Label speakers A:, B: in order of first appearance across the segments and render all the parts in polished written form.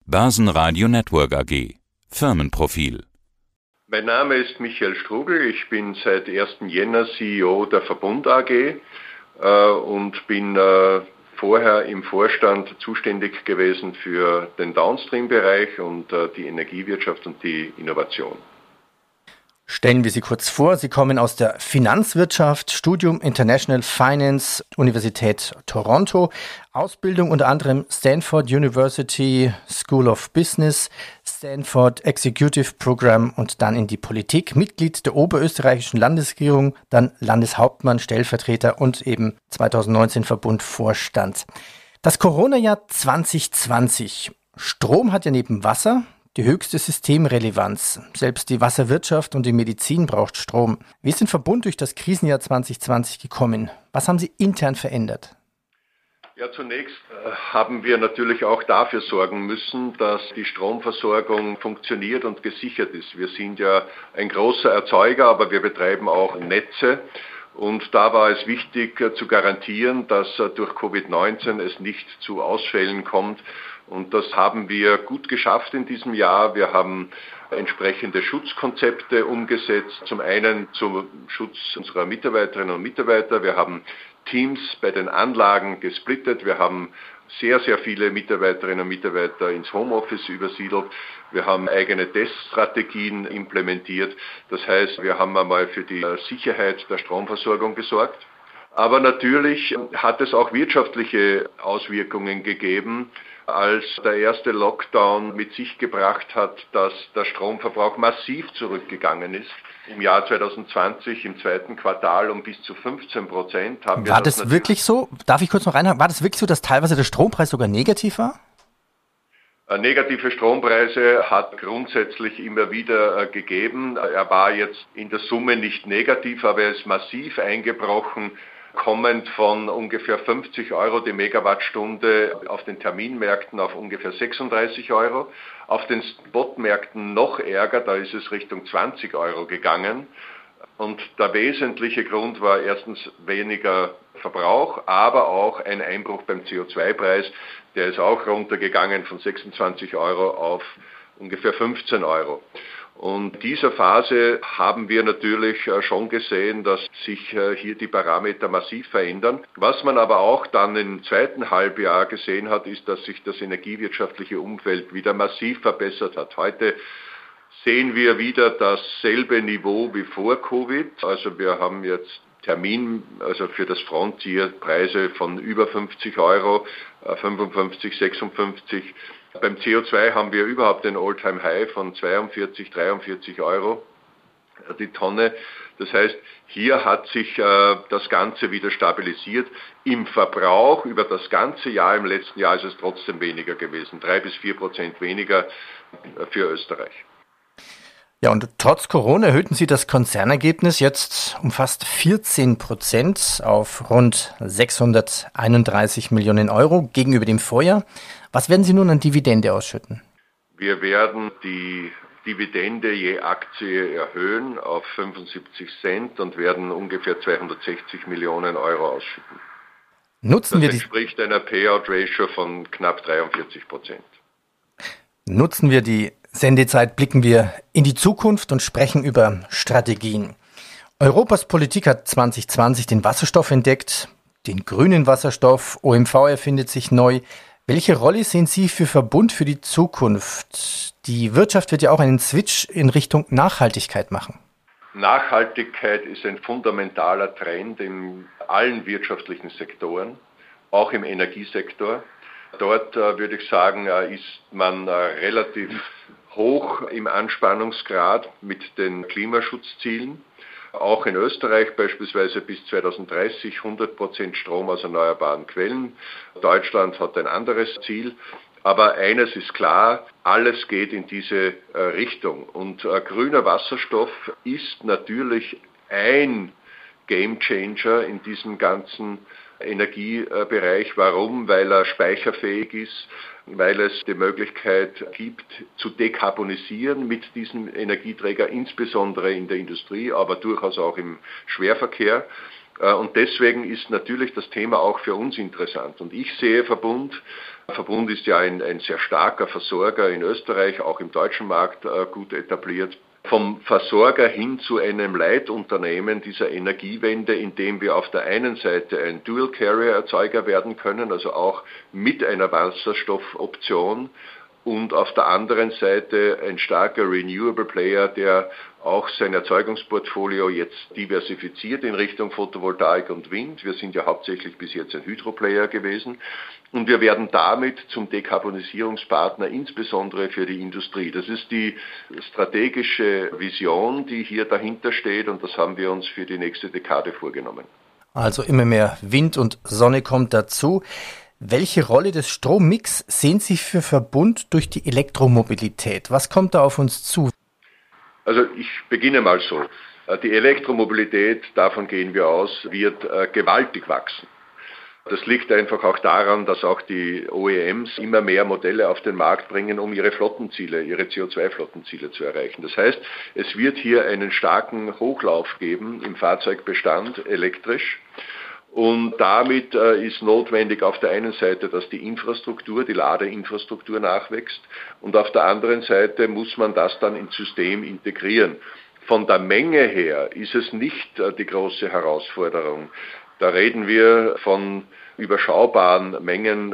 A: Börsenradio Network AG. Firmenprofil.
B: Mein Name ist Michael Strugl, ich bin seit 1. Jänner CEO der Verbund AG und bin vorher im Vorstand zuständig gewesen für den Downstream-Bereich und die Energiewirtschaft und die Innovation.
C: Stellen wir Sie kurz vor. Sie kommen aus der Finanzwirtschaft, Studium International Finance, Universität Toronto, Ausbildung unter anderem Stanford University School of Business, Stanford Executive Program und dann in die Politik, Mitglied der oberösterreichischen Landesregierung, dann Landeshauptmann, Stellvertreter und eben 2019 Verbundvorstand. Das Corona-Jahr 2020. Strom hat ja neben Wasser die höchste Systemrelevanz. Selbst die Wasserwirtschaft und die Medizin braucht Strom. Wie ist den Verbund durch das Krisenjahr 2020 gekommen? Was haben Sie intern verändert?
B: Ja, zunächst haben wir natürlich auch dafür sorgen müssen, dass die Stromversorgung funktioniert und gesichert ist. Wir sind ja ein großer Erzeuger, aber wir betreiben auch Netze. Und da war es wichtig zu garantieren, dass durch Covid-19 es nicht zu Ausfällen kommt. Und das haben wir gut geschafft in diesem Jahr. Wir haben entsprechende Schutzkonzepte umgesetzt. Zum einen zum Schutz unserer Mitarbeiterinnen und Mitarbeiter. Wir haben Teams bei den Anlagen gesplittet. Wir haben sehr, sehr viele Mitarbeiterinnen und Mitarbeiter ins Homeoffice übersiedelt. Wir haben eigene Teststrategien implementiert. Das heißt, wir haben einmal für die Sicherheit der Stromversorgung gesorgt. Aber natürlich hat es auch wirtschaftliche Auswirkungen gegeben, als der erste Lockdown mit sich gebracht hat, dass der Stromverbrauch massiv zurückgegangen ist. Im Jahr 2020, im zweiten Quartal um bis zu 15%.
C: War das wirklich so? Darf ich kurz noch reinhaken? War das wirklich so, dass teilweise der Strompreis sogar negativ war?
B: Negative Strompreise hat grundsätzlich immer wieder gegeben. Er war jetzt in der Summe nicht negativ, aber er ist massiv eingebrochen, kommend von ungefähr 50 Euro die Megawattstunde auf den Terminmärkten auf ungefähr 36 Euro. Auf den Spotmärkten noch ärger, da ist es Richtung 20 Euro gegangen. Und der wesentliche Grund war erstens weniger Verbrauch, aber auch ein Einbruch beim CO2-Preis. Der ist auch runtergegangen von 26 Euro auf ungefähr 15 Euro. Und dieser Phase haben wir natürlich schon gesehen, dass sich hier die Parameter massiv verändern. Was man aber auch dann im zweiten Halbjahr gesehen hat, ist, dass sich das energiewirtschaftliche Umfeld wieder massiv verbessert hat. Heute sehen wir wieder dasselbe Niveau wie vor Covid. Also wir haben jetzt für das Frontier Preise von über 50 Euro, 55, 56. Beim CO2 haben wir überhaupt den All-Time-High von 42, 43 Euro die Tonne. Das heißt, hier hat sich das Ganze wieder stabilisiert. Im Verbrauch über das ganze Jahr, im letzten Jahr ist es trotzdem weniger gewesen, 3-4% weniger für Österreich.
C: Ja, und trotz Corona erhöhten Sie das Konzernergebnis jetzt um fast 14% auf rund 631 Millionen Euro gegenüber dem Vorjahr. Was werden Sie nun an Dividende ausschütten?
B: Wir werden die Dividende je Aktie erhöhen auf 75 Cent und werden ungefähr 260 Millionen Euro ausschütten. Das entspricht einer Payout-Ratio von knapp 43%.
C: Nutzen wir die Sendezeit, blicken wir in die Zukunft und sprechen über Strategien. Europas Politik hat 2020 den Wasserstoff entdeckt, den grünen Wasserstoff, OMV erfindet sich neu. Welche Rolle sehen Sie für Verbund für die Zukunft? Die Wirtschaft wird ja auch einen Switch in Richtung Nachhaltigkeit machen.
B: Nachhaltigkeit ist ein fundamentaler Trend in allen wirtschaftlichen Sektoren, auch im Energiesektor. Dort würde ich sagen, ist man relativ hoch im Anspannungsgrad mit den Klimaschutzzielen. Auch in Österreich beispielsweise bis 2030 100% Strom aus erneuerbaren Quellen. Deutschland hat ein anderes Ziel. Aber eines ist klar, alles geht in diese Richtung. Und grüner Wasserstoff ist natürlich ein Gamechanger in diesem ganzen Energiebereich. Warum? Weil er speicherfähig ist, weil es die Möglichkeit gibt, zu dekarbonisieren mit diesem Energieträger, insbesondere in der Industrie, aber durchaus auch im Schwerverkehr. Und deswegen ist natürlich das Thema auch für uns interessant. Und ich sehe Verbund ist ja ein sehr starker Versorger in Österreich, auch im deutschen Markt gut etabliert. Vom Versorger hin zu einem Leitunternehmen dieser Energiewende, in dem wir auf der einen Seite ein Dual-Carrier-Erzeuger werden können, also auch mit einer Wasserstoffoption, und auf der anderen Seite ein starker Renewable Player, der auch sein Erzeugungsportfolio jetzt diversifiziert in Richtung Photovoltaik und Wind. Wir sind ja hauptsächlich bis jetzt ein Hydroplayer gewesen und wir werden damit zum Dekarbonisierungspartner, insbesondere für die Industrie. Das ist die strategische Vision, die hier dahinter steht, und das haben wir uns für die nächste Dekade vorgenommen.
C: Also immer mehr Wind und Sonne kommt dazu. Welche Rolle des Strommix sehen Sie für Verbund durch die Elektromobilität? Was kommt da auf uns zu?
B: Also ich beginne mal so. Die Elektromobilität, davon gehen wir aus, wird gewaltig wachsen. Das liegt einfach auch daran, dass auch die OEMs immer mehr Modelle auf den Markt bringen, um ihre Flottenziele, ihre CO2-Flottenziele zu erreichen. Das heißt, es wird hier einen starken Hochlauf geben im Fahrzeugbestand elektrisch. Und damit ist notwendig auf der einen Seite, dass die Infrastruktur, die Ladeinfrastruktur nachwächst, und auf der anderen Seite muss man das dann ins System integrieren. Von der Menge her ist es nicht die große Herausforderung. Da reden wir von überschaubaren Mengen,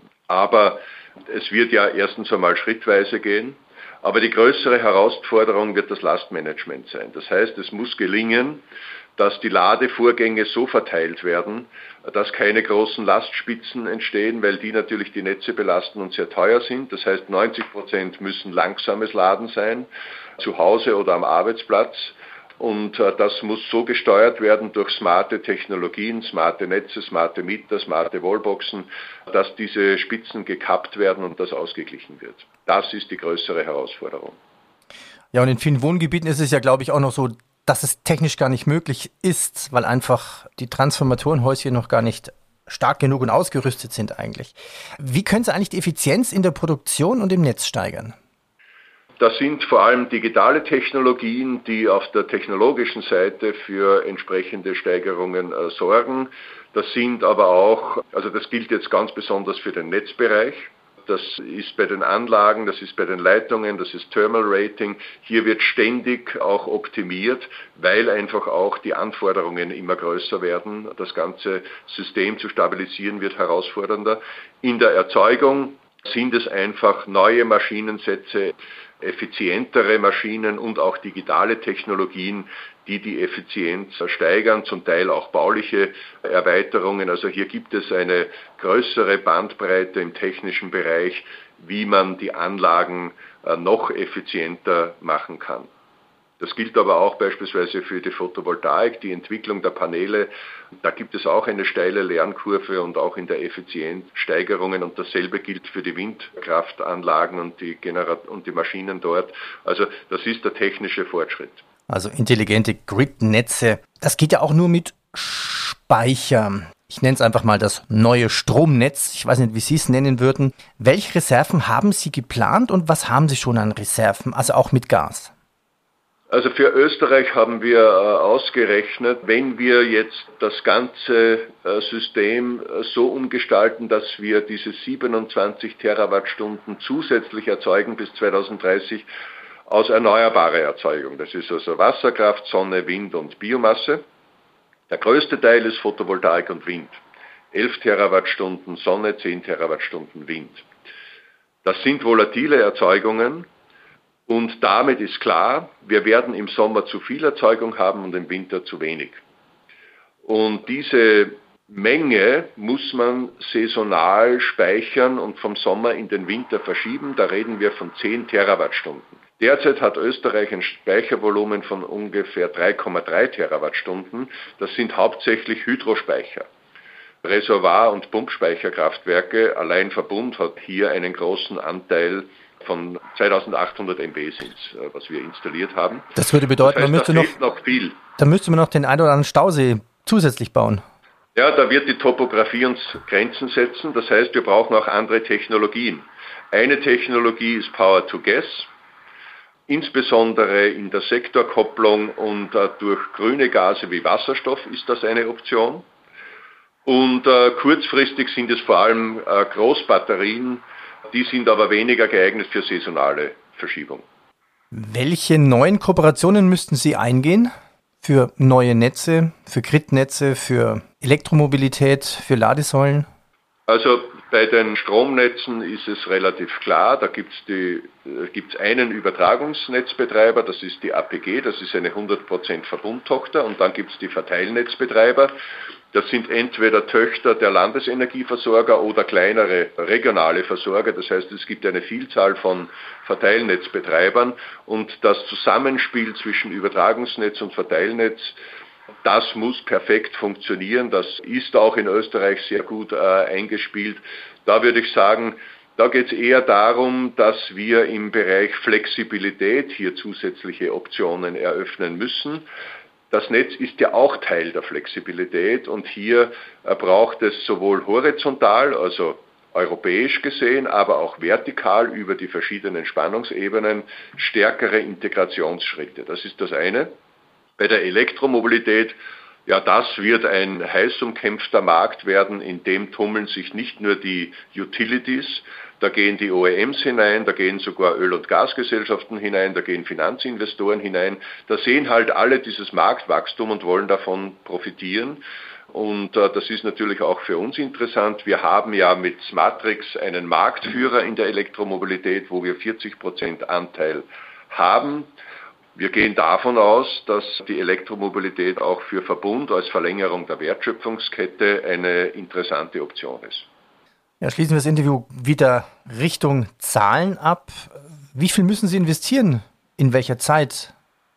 B: aber es wird ja erstens einmal schrittweise gehen. Aber die größere Herausforderung wird das Lastmanagement sein. Das heißt, es muss gelingen, dass die Ladevorgänge so verteilt werden, dass keine großen Lastspitzen entstehen, weil die natürlich die Netze belasten und sehr teuer sind. Das heißt, 90% müssen langsames Laden sein, zu Hause oder am Arbeitsplatz. Und das muss so gesteuert werden durch smarte Technologien, smarte Netze, smarte Mieter, smarte Wallboxen, dass diese Spitzen gekappt werden und das ausgeglichen wird. Das ist die größere Herausforderung.
C: Ja, und in vielen Wohngebieten ist es ja, glaube ich, auch noch so, dass es technisch gar nicht möglich ist, weil einfach die Transformatorenhäuschen noch gar nicht stark genug und ausgerüstet sind eigentlich. Wie können Sie eigentlich die Effizienz in der Produktion und im Netz steigern?
B: Das sind vor allem digitale Technologien, die auf der technologischen Seite für entsprechende Steigerungen sorgen. Das sind aber auch, also das gilt jetzt ganz besonders für den Netzbereich. Das ist bei den Anlagen, das ist bei den Leitungen, das ist Thermal Rating. Hier wird ständig auch optimiert, weil einfach auch die Anforderungen immer größer werden. Das ganze System zu stabilisieren wird herausfordernder. In der Erzeugung sind es einfach neue Maschinensätze, effizientere Maschinen und auch digitale Technologien, die die Effizienz steigern, zum Teil auch bauliche Erweiterungen. Also hier gibt es eine größere Bandbreite im technischen Bereich, wie man die Anlagen noch effizienter machen kann. Das gilt aber auch beispielsweise für die Photovoltaik, die Entwicklung der Paneele. Da gibt es auch eine steile Lernkurve und auch in der Effizienz Steigerungen. Und dasselbe gilt für die Windkraftanlagen und die Maschinen dort. Also das ist der technische Fortschritt.
C: Also intelligente Grid-Netze. Das geht ja auch nur mit Speicher. Ich nenne es einfach mal das neue Stromnetz. Ich weiß nicht, wie Sie es nennen würden. Welche Reserven haben Sie geplant und was haben Sie schon an Reserven, also auch mit Gas?
B: Also für Österreich haben wir ausgerechnet, wenn wir jetzt das ganze System so umgestalten, dass wir diese 27 Terawattstunden zusätzlich erzeugen bis 2030 aus erneuerbarer Erzeugung. Das ist also Wasserkraft, Sonne, Wind und Biomasse. Der größte Teil ist Photovoltaik und Wind. 11 Terawattstunden Sonne, 10 Terawattstunden Wind. Das sind volatile Erzeugungen. Und damit ist klar, wir werden im Sommer zu viel Erzeugung haben und im Winter zu wenig. Und diese Menge muss man saisonal speichern und vom Sommer in den Winter verschieben. Da reden wir von 10 Terawattstunden. Derzeit hat Österreich ein Speichervolumen von ungefähr 3,3 Terawattstunden. Das sind hauptsächlich Hydrospeicher. Reservoir- und Pumpspeicherkraftwerke, allein Verbund hat hier einen großen Anteil von 2800 MW sind, was wir installiert haben.
C: Das würde bedeuten,
B: das heißt,
C: da müsste man noch den einen oder anderen Stausee zusätzlich bauen.
B: Ja, da wird die Topografie uns Grenzen setzen. Das heißt, wir brauchen auch andere Technologien. Eine Technologie ist Power to Gas. Insbesondere in der Sektorkopplung und durch grüne Gase wie Wasserstoff ist das eine Option. Und kurzfristig sind es vor allem Großbatterien, die sind aber weniger geeignet für saisonale Verschiebung.
C: Welche neuen Kooperationen müssten Sie eingehen für neue Netze, für Gridnetze, für Elektromobilität, für Ladesäulen?
B: Also bei den Stromnetzen ist es relativ klar, da gibt's einen Übertragungsnetzbetreiber, das ist die APG, das ist eine 100% Verbundtochter, und dann gibt es die Verteilnetzbetreiber. Das sind entweder Töchter der Landesenergieversorger oder kleinere regionale Versorger. Das heißt, es gibt eine Vielzahl von Verteilnetzbetreibern, und das Zusammenspiel zwischen Übertragungsnetz und Verteilnetz, das muss perfekt funktionieren. Das ist auch in Österreich sehr gut eingespielt. Da würde ich sagen, da geht es eher darum, dass wir im Bereich Flexibilität hier zusätzliche Optionen eröffnen müssen. Das Netz ist ja auch Teil der Flexibilität, und hier braucht es sowohl horizontal, also europäisch gesehen, aber auch vertikal über die verschiedenen Spannungsebenen stärkere Integrationsschritte. Das ist das eine. Bei der Elektromobilität, ja, das wird ein heiß umkämpfter Markt werden, in dem tummeln sich nicht nur die Utilities, da gehen die OEMs hinein, da gehen sogar Öl- und Gasgesellschaften hinein, da gehen Finanzinvestoren hinein, da sehen halt alle dieses Marktwachstum und wollen davon profitieren. Und das ist natürlich auch für uns interessant. Wir haben ja mit Smatrix einen Marktführer in der Elektromobilität, wo wir 40% Anteil haben. Wir gehen davon aus, dass die Elektromobilität auch für Verbund als Verlängerung der Wertschöpfungskette eine interessante Option ist.
C: Ja, schließen wir das Interview wieder Richtung Zahlen ab. Wie viel müssen Sie investieren? In welcher Zeit?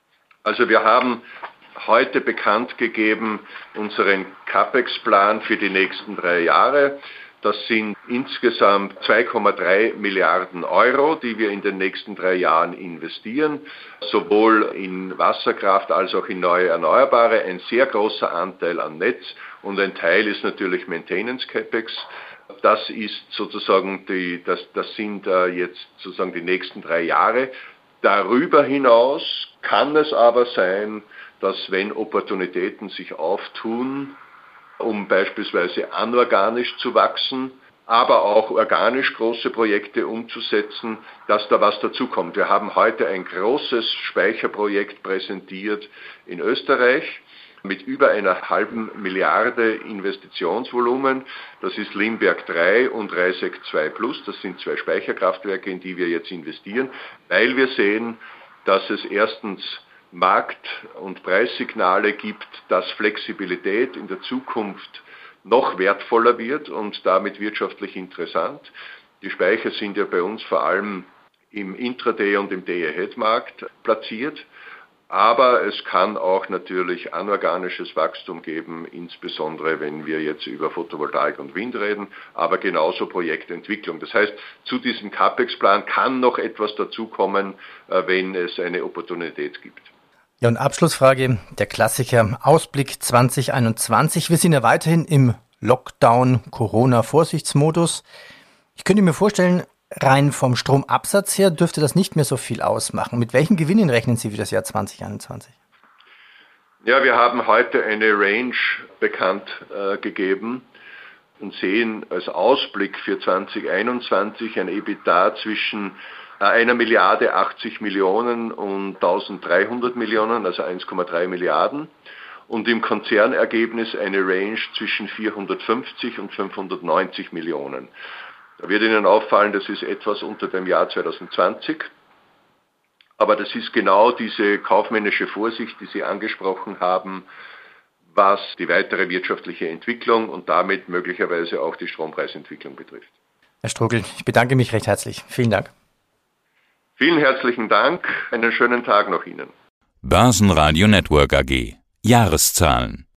B: Also wir haben heute bekannt gegeben unseren CAPEX-Plan für die nächsten 3 Jahre. Das sind insgesamt 2,3 Milliarden Euro, die wir in den nächsten 3 Jahren investieren, sowohl in Wasserkraft als auch in neue Erneuerbare. Ein sehr großer Anteil an Netz, und ein Teil ist natürlich Maintenance CAPEX. Das ist sozusagen das sind jetzt sozusagen die nächsten 3 Jahre. Darüber hinaus kann es aber sein, dass, wenn Opportunitäten sich auftun, um beispielsweise anorganisch zu wachsen, aber auch organisch große Projekte umzusetzen, dass da was dazukommt. Wir haben heute ein großes Speicherprojekt präsentiert in Österreich mit über 1,5 Milliarde Investitionsvolumen. Das ist Limberg 3 und Reisseck 2 Plus. Das sind 2 Speicherkraftwerke, in die wir jetzt investieren, weil wir sehen, dass es erstens Markt- und Preissignale gibt, dass Flexibilität in der Zukunft noch wertvoller wird und damit wirtschaftlich interessant. Die Speicher sind ja bei uns vor allem im Intraday- und im Day-Ahead-Markt platziert. Aber es kann auch natürlich anorganisches Wachstum geben, insbesondere wenn wir jetzt über Photovoltaik und Wind reden, aber genauso Projektentwicklung. Das heißt, zu diesem CAPEX-Plan kann noch etwas dazukommen, wenn es eine Opportunität gibt.
C: Ja, und Abschlussfrage, der Klassiker, Ausblick 2021. Wir sind ja weiterhin im Lockdown-Corona-Vorsichtsmodus. Ich könnte mir vorstellen, rein vom Stromabsatz her dürfte das nicht mehr so viel ausmachen. Mit welchen Gewinnen rechnen Sie für das Jahr 2021?
B: Ja, wir haben heute eine Range bekannt gegeben und sehen als Ausblick für 2021 ein EBITDA zwischen 1 Milliarde 80 Millionen und 1300 Millionen, also 1,3 Milliarden. Und im Konzernergebnis eine Range zwischen 450 und 590 Millionen. Da wird Ihnen auffallen, das ist etwas unter dem Jahr 2020. Aber das ist genau diese kaufmännische Vorsicht, die Sie angesprochen haben, was die weitere wirtschaftliche Entwicklung und damit möglicherweise auch die Strompreisentwicklung betrifft.
C: Herr Strugl, ich bedanke mich recht herzlich. Vielen Dank.
B: Vielen herzlichen Dank. Einen schönen Tag noch Ihnen.
A: Börsenradio Network AG. Jahreszahlen